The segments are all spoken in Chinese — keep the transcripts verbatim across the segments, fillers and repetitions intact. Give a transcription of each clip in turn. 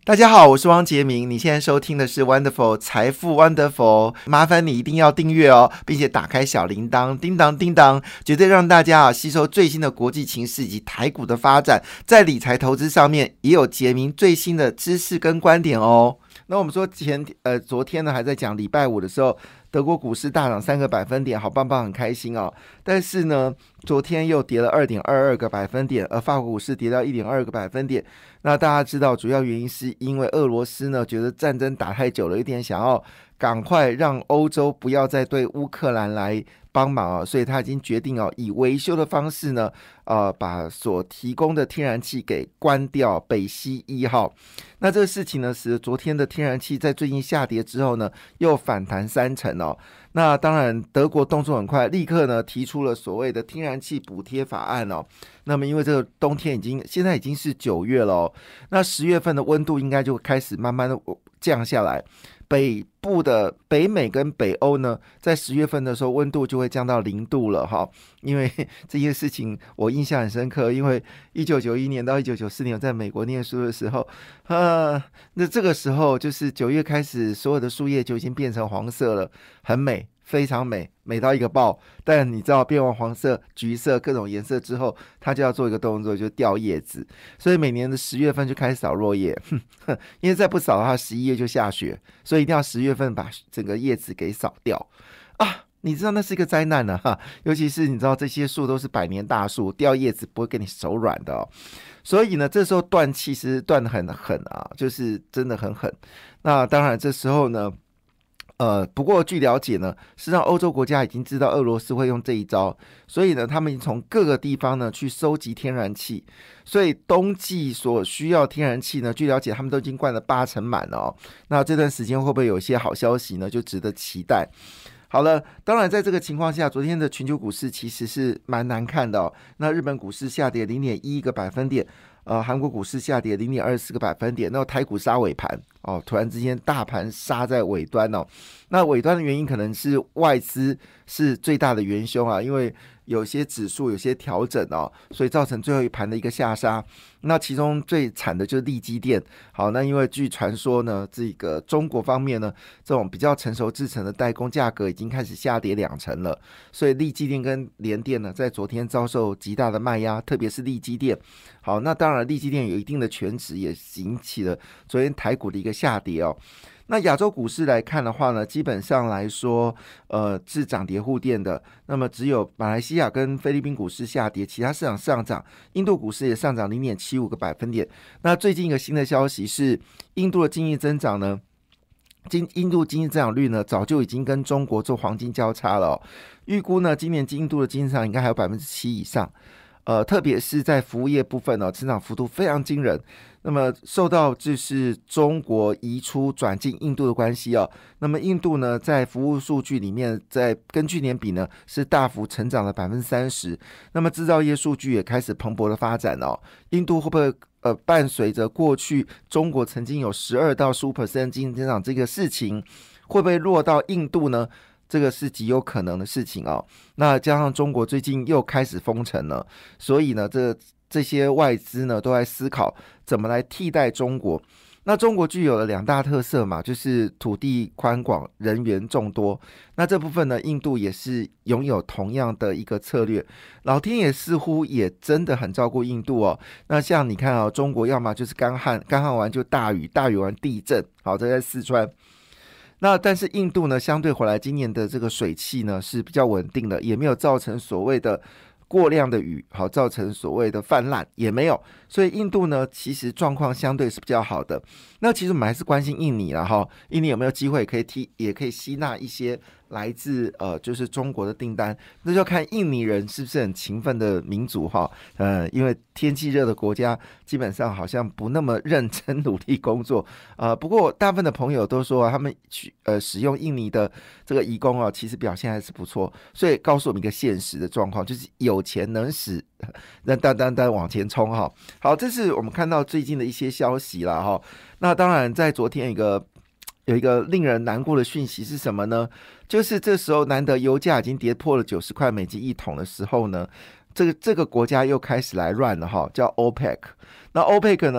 大家好，我是汪杰明，你现在收听的是 Wonderful 财富 Wonderful， 麻烦你一定要订阅哦，并且打开小铃铛，叮当叮当，绝对让大家啊吸收最新的国际情势以及台股的发展，在理财投资上面也有杰明最新的知识跟观点哦。那我们说前呃昨天呢还在讲礼拜五的时候，德国股市大涨三个百分点，好棒棒，很开心哦。但是呢，昨天又跌了 二点二二 个百分点，而法国股市跌到 一点二 个百分点。那大家知道，主要原因是因为俄罗斯呢觉得战争打太久了，有点想要赶快让欧洲不要再对乌克兰来帮忙、哦、所以他已经决定哦，以维修的方式呢，呃，把所提供的天然气给关掉。北溪一号，那这个事情呢，使得昨天的天然气在最近下跌之后呢，又反弹三成哦。那当然，德国动作很快，立刻呢提出了所谓的天然气补贴法案哦。那么，因为这个冬天已经现在已经是九月了哦，那十月份的温度应该就开始慢慢的降下来。北部的北美跟北欧呢，在十月份的时候温度就会降到零度了哈。因为这件事情我印象很深刻，因为一九九一年到一九九四年我在美国念书的时候，呃，那这个时候就是九月开始，所有的树叶就已经变成黄色了，很美。非常美，美到一个爆。但你知道变完黄色、橘色各种颜色之后，它就要做一个动作，就掉叶子。所以每年的十月份就开始扫落叶，因为再不扫的话，十一月就下雪，所以一定要十月份把整个叶子给扫掉啊！你知道那是一个灾难呢、啊，尤其是你知道这些树都是百年大树，掉叶子不会给你手软的哦。所以呢，这时候断气其实断得很狠啊，就是真的很狠。那当然这时候呢。呃，不过据了解呢，实际上欧洲国家已经知道俄罗斯会用这一招，所以呢，他们从各个地方呢去收集天然气，所以冬季所需要天然气呢，据了解他们都已经灌了八成满了哦。那这段时间会不会有一些好消息呢？就值得期待。好了，当然在这个情况下，昨天的全球股市其实是蛮难看的哦。那日本股市下跌 零点一 个百分点，呃，韩国股市下跌 零点二四 个百分点，那台股杀尾盘哦，突然之间大盘杀在尾端哦。那尾端的原因可能是外资是最大的元凶啊，因为有些指数有些调整哦，所以造成最后一盘的一个下杀。那其中最惨的就是力积电。好，那因为据传说呢，这个中国方面呢，这种比较成熟制程的代工价格已经开始下跌两成了，所以力积电跟联电呢，在昨天遭受极大的卖压，特别是力积电。好，那当然力积电有一定的权值，也引起了昨天台股的一个下跌哦。那亚洲股市来看的话呢，基本上来说，呃，是涨跌互电的。那么只有马来西亚跟菲律宾股市下跌，其他市场上涨。印度股市也上涨 零点七五 个百分点。那最近一个新的消息是，印度的经济增长呢，印度经济增长率呢，早就已经跟中国做黄金交叉了、哦。预估呢，今年印度的经济增长应该还有 百分之七 以上。呃，特别是在服务业部分呢、哦，成长幅度非常惊人。那么受到就是中国移出转进印度的关系哦，那么印度呢在服务数据里面，在跟去年比呢是大幅成长了 百分之三十。那么制造业数据也开始蓬勃的发展哦。印度会不会呃伴随着过去中国曾经有 百分之十二到百分之十五 经济增长这个事情，会不会落到印度呢？这个是极有可能的事情哦。那加上中国最近又开始封城了，所以呢，这这些外资呢都在思考怎么来替代中国。那中国具有了两大特色嘛，就是土地宽广、人员众多。那这部分呢，印度也是拥有同样的一个策略。老天爷似乎也真的很照顾印度哦。那像你看啊、哦，中国要么就是干旱，干旱完就大雨，大雨完地震。好，这在四川。那但是印度呢，相对回来今年的这个水汽呢是比较稳定的，也没有造成所谓的过量的雨，好造成所谓的泛滥也没有，所以印度呢其实状况相对是比较好的。那其实我们还是关心印尼啦哈，印尼有没有机会可以踢，也可以吸纳一些来自呃就是中国的订单，那就看印尼人是不是很勤奋的民族哈，呃，因为天气热的国家基本上好像不那么认真努力工作，呃，不过大部分的朋友都说、啊、他们去呃使用印尼的这个移工啊，其实表现还是不错，所以告诉我们一个现实的状况，就是有钱能使那单单单往前冲哈。好，这是我们看到最近的一些消息啦哈。那当然，在昨天有一个有一个令人难过的讯息是什么呢？就是这时候难得油价已经跌破了九十块美金一桶的时候呢，这个这个国家又开始来乱了哈，叫 OPEC。那 OPEC 呢，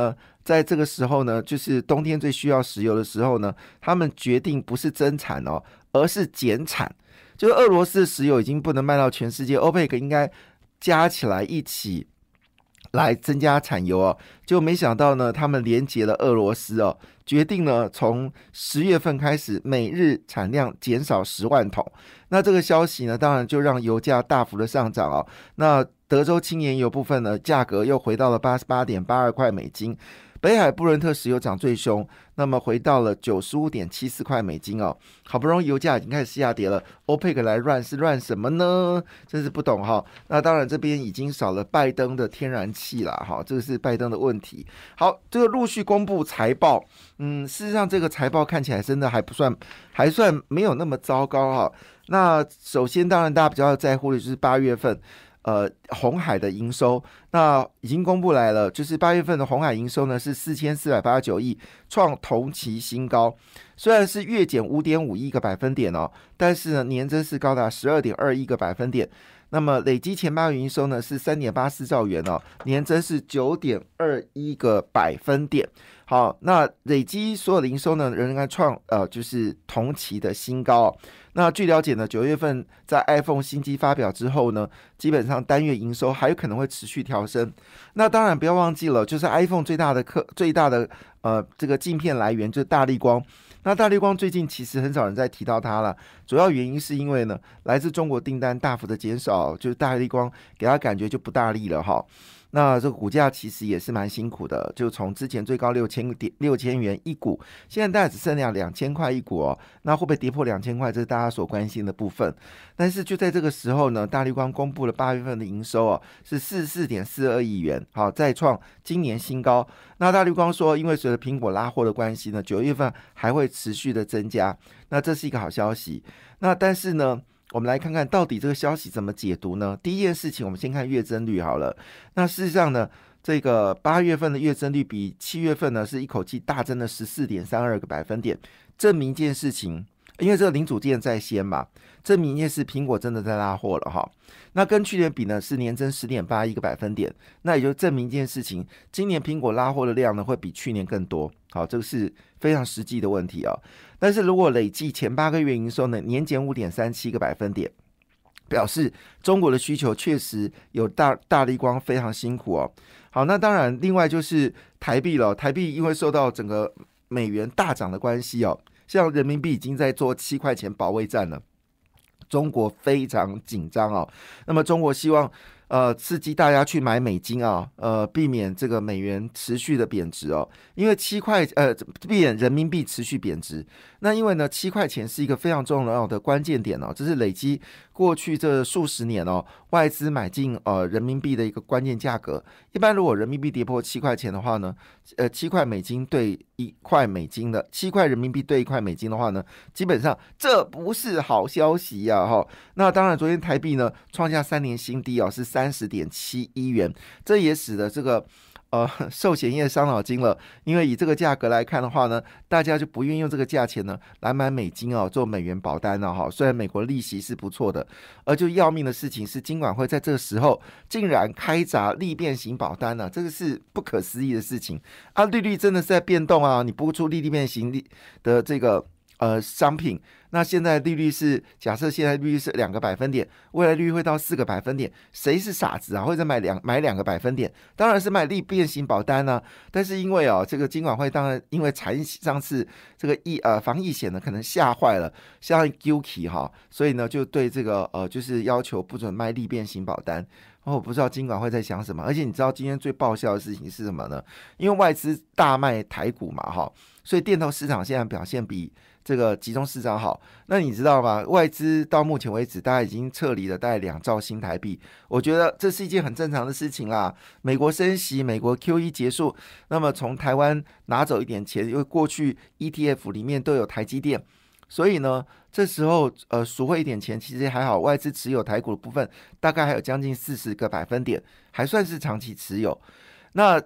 在这个时候呢，就是冬天最需要石油的时候呢，他们决定不是增产哦，而是减产。就是俄罗斯的石油已经不能卖到全世界，欧佩克应该加起来一起来增加产油哦，就没想到呢，他们连结了俄罗斯哦，决定呢从十月份开始每日产量减少十万桶。那这个消息呢，当然就让油价大幅的上涨哦。那德州轻盐油部分呢，价格又回到了八十八点八二块美金。北海布伦特石油涨最凶，那么回到了九十五点七四块美金哦。好不容易油价已经开始下跌了，欧佩克来乱是乱什么呢？真是不懂哈。那当然这边已经少了拜登的天然气了哈，这个是拜登的问题。好，这个陆续公布财报，嗯，事实上这个财报看起来真的还不算，还算没有那么糟糕哈。那首先当然大家比较在乎的就是八月份。呃，鸿海的营收那已经公布来了，就是八月份的鸿海营收呢是四千四百八十九亿，创同期新高。虽然是月减五点五一个百分点哦，但是呢年增是高达十二点二一个百分点。那么累积前八月营收呢是三点八四兆元哦，年增是九点二一个百分点。好，那累积所有的营收呢仍然创呃就是同期的新高哦。那据了解呢，九月份在 iPhone 新机发表之后呢，基本上单月营收还有可能会持续调升。那当然不要忘记了，就是 iPhone 最大的客最大的呃这个镜片来源就是大立光。那大立光最近其实很少人在提到它了，主要原因是因为呢，来自中国订单大幅的减少，就是大立光给他感觉就不大利了哈。那这个股价其实也是蛮辛苦的，就从之前最高六千点六千元一股，现在大概只剩下两千块一股哦。那会不会跌破两千块？这是大家所关心的部分。但是就在这个时候呢，大立光公布了八月份的营收哦，是四十四点四二亿元，好，再创今年新高。那大立光说，因为随着苹果拉货的关系呢，九月份还会持续的增加，那这是一个好消息。那但是呢？我们来看看到底这个消息怎么解读呢？第一件事情，我们先看月增率好了。那事实上呢，这个八月份的月增率比七月份呢是一口气大增了十四点三二个百分点，证明一件事情。因为这个零组件在先嘛，证明一件事，苹果真的在拉货了哈。那跟去年比呢，是年增十点八一个百分点，那也就证明一件事情，今年苹果拉货的量呢会比去年更多。好，这个是非常实际的问题啊。但是如果累计前八个月营收呢，年减五点三七个百分点，表示中国的需求确实有大大立光非常辛苦哦。好，那当然，另外就是台币了，台币因为受到整个美元大涨的关系哦。像人民币已经在做七块钱保卫战了，中国非常紧张哦。那么中国希望呃刺激大家去买美金啊，呃避免这个美元持续的贬值哦。因为七块呃避免人民币持续贬值，那因为呢七块钱是一个非常重要的关键点哦，这是累积过去这数十年哦外资买进呃人民币的一个关键价格。一般如果人民币跌破七块钱的话呢，呃七块美金对一块美金的七块人民币对一块美金的话呢，基本上这不是好消息呀、啊、哈。那当然，昨天台币呢创下三年新低哦，是三十点七一元，这也使得这个呃寿险业伤脑筋了。因为以这个价格来看的话呢，大家就不愿意用这个价钱呢来买美金哦，做美元保单了、哦、哈。虽然美国利息是不错的，而就要命的事情是，金管会在这个时候竟然开闸利变型保单呢、啊，这个是不可思议的事情啊！利率真的是在变动啊，你不出利率变型的这个。呃，商品，那现在利率是假设现在利率是两个百分点，未来利率会到四个百分点，谁是傻子啊？会再买两买两个百分点？当然是买利变型保单呢、啊。但是因为哦，这个金管会当然因为产上次这个疫呃防疫险呢，可能吓坏了，像 Gucci 哈，所以呢就对这个呃就是要求不准卖利变型保单。然后我不知道金管会在想什么，而且你知道今天最爆笑的事情是什么呢？因为外资大卖台股嘛，哈，所以电投市场现在表现比这个集中市场好。那你知道吗？外资到目前为止，大概已经撤离了大概两兆新台币。我觉得这是一件很正常的事情啦。美国升息，美国 Q E 结束，那么从台湾拿走一点钱，因为过去 E T F 里面都有台积电。所以呢，这时候呃赎回一点钱其实还好，外资持有台股的部分大概还有将近四十个百分点，还算是长期持有。那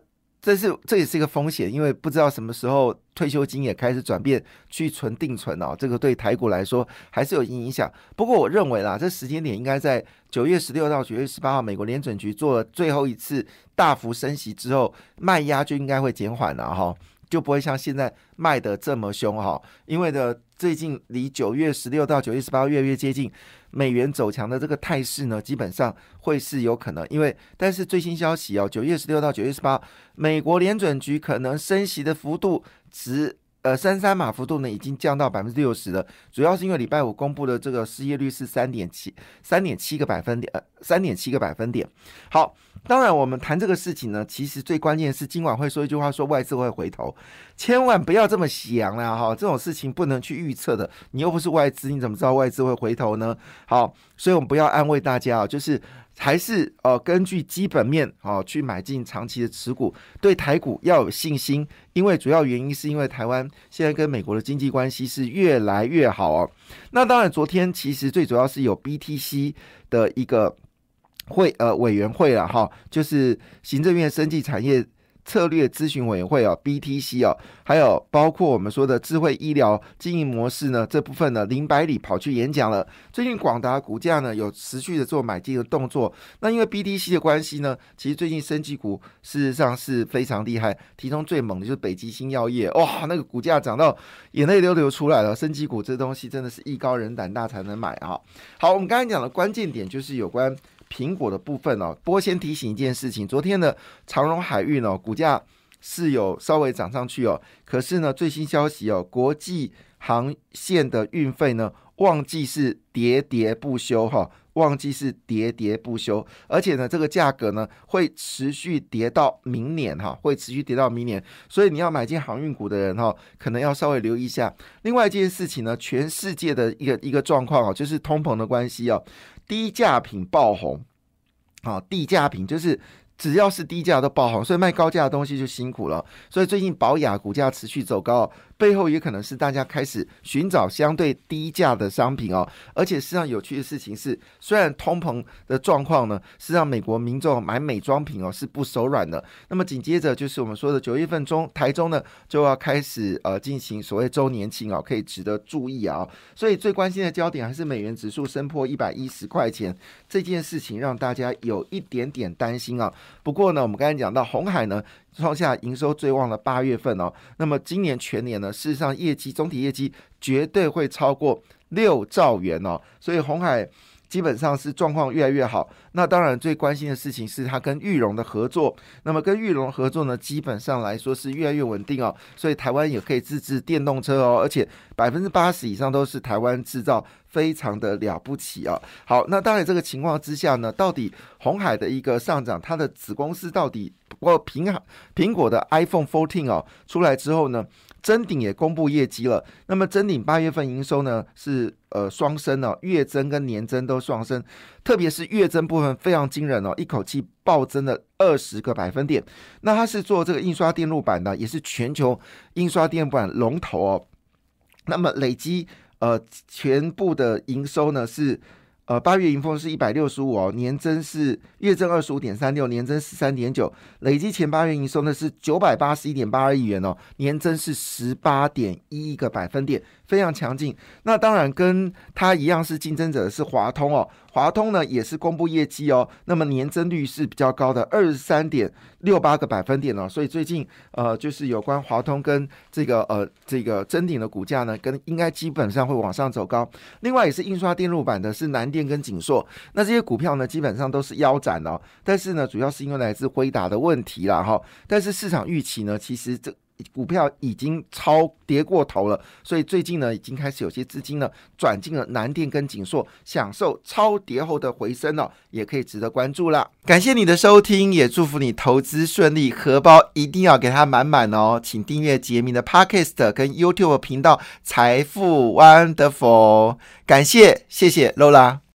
这是这也是一个风险，因为不知道什么时候退休金也开始转变去存定存哦，这个对台股来说还是有影响。不过我认为啦，这时间点应该在九月十六到九月十八号，美国联准局做了最后一次大幅升息之后，卖压就应该会减缓了哈，就不会像现在卖的这么凶哈。因为的最近离九月十六到九月十八号越来越接近，美元走强的这个态势呢，基本上会是有可能。因为但是最新消息哦，九月十六到九月十八，美国联准局可能升息的幅度只呃三三码幅度呢已经降到百分之六十了，主要是因为礼拜五公布的这个失业率是三点七三点七个百分点，呃三点七个百分点。好，当然我们谈这个事情呢，其实最关键的是今晚会说一句话，说外资会回头，千万不要这么想啦哈，这种事情不能去预测的，你又不是外资，你怎么知道外资会回头呢？好，所以我们不要安慰大家啊，就是还是呃根据基本面哦去买进长期的持股，对台股要有信心，因为主要原因是因为台湾现在跟美国的经济关系是越来越好哦。那当然，昨天其实最主要是有 B T C 的一个会呃委员会啦哈，就是行政院生技产业策略咨询委员会哦 B T C 哦，还有包括我们说的智慧医疗经营模式呢，这部分呢林百里跑去演讲了。最近广达股价呢有持续的做买进的动作，那因为 B T C 的关系呢，其实最近生技股事实上是非常厉害，其中最猛的就是北极星药业，哇，那个股价涨到眼泪都流出来了。生技股这东西真的是艺高人胆大才能买啊。好，我们刚才讲的关键点就是有关苹果的部分哦。不过先提醒一件事情，昨天的长荣海运哦，股价是有稍微涨上去哦，可是呢，最新消息哦，国际航线的运费呢，旺季是喋喋不休哈、哦，旺季是喋喋不休，而且呢，这个价格呢会持续跌到明年哈，会持续跌到明年，所以你要买进航运股的人哈，可能要稍微留意一下。另外一件事情呢，全世界的一个一个状况哦，就是通膨的关系哦，低价品爆红，好，低价品就是只要是低价都爆红，所以卖高价的东西就辛苦了。所以最近宝雅股价持续走高，背后也可能是大家开始寻找相对低价的商品哦。而且事实上有趣的事情是，虽然通膨的状况呢，事实上美国民众买美妆品哦是不手软的。那么紧接着就是我们说的九月份中，台中呢就要开始呃进行所谓周年庆哦，可以值得注意啊。所以最关心的焦点还是美元指数升破一百一十块钱这件事情，让大家有一点点担心啊。不过呢，我们刚才讲到鸿海呢创下营收最旺的八月份哦，那么今年全年呢，事实上业绩总体业绩绝对会超过六兆元哦，所以鸿海基本上是状况越来越好。那当然最关心的事情是它跟裕隆的合作，那么跟裕隆合作呢，基本上来说是越来越稳定哦，所以台湾也可以自制电动车哦，而且百分之八十以上都是台湾制造，非常的了不起啊。好，那当然这个情况之下呢，到底鸿海的一个上涨，它的子公司到底不过苹苹果的 iPhone 十四哦出来之后呢，臻鼎也公布业绩了。那么臻鼎八月份营收呢是呃双升哦，月增跟年增都双升，特别是月增部分非常惊人哦，一口气暴增了二十个百分点。那它是做这个印刷电路板的，也是全球印刷电路板龙头哦。那么累积呃全部的营收呢是。呃，八月营收是一百六十五哦，年增是月增二十五点三六，年增十三点九，累计前八月营收呢是九百八十一点八二亿元哦，年增是十八点一个百分点，非常强劲。那当然跟它一样是竞争者的是华通哦，华通呢也是公布业绩哦，那么年增率是比较高的二十三点六八个百分点哦，所以最近呃就是有关华通跟这个呃这个臻鼎的股价呢，跟应该基本上会往上走高。另外也是印刷电路板的是南电跟景硕，那这些股票呢基本上都是腰斩哦，但是呢主要是因为来自辉达的问题啦哈，但是市场预期呢其实这股票已经超跌过头了，所以最近呢已经开始有些资金呢转进了南电跟景硕，享受超跌后的回升哦，也可以值得关注啦。感谢你的收听，也祝福你投资顺利，荷包一定要给它满满哦。请订阅杰明的 Podcast 跟 YouTube 频道财富 Wonderful， 感谢谢谢 Lola。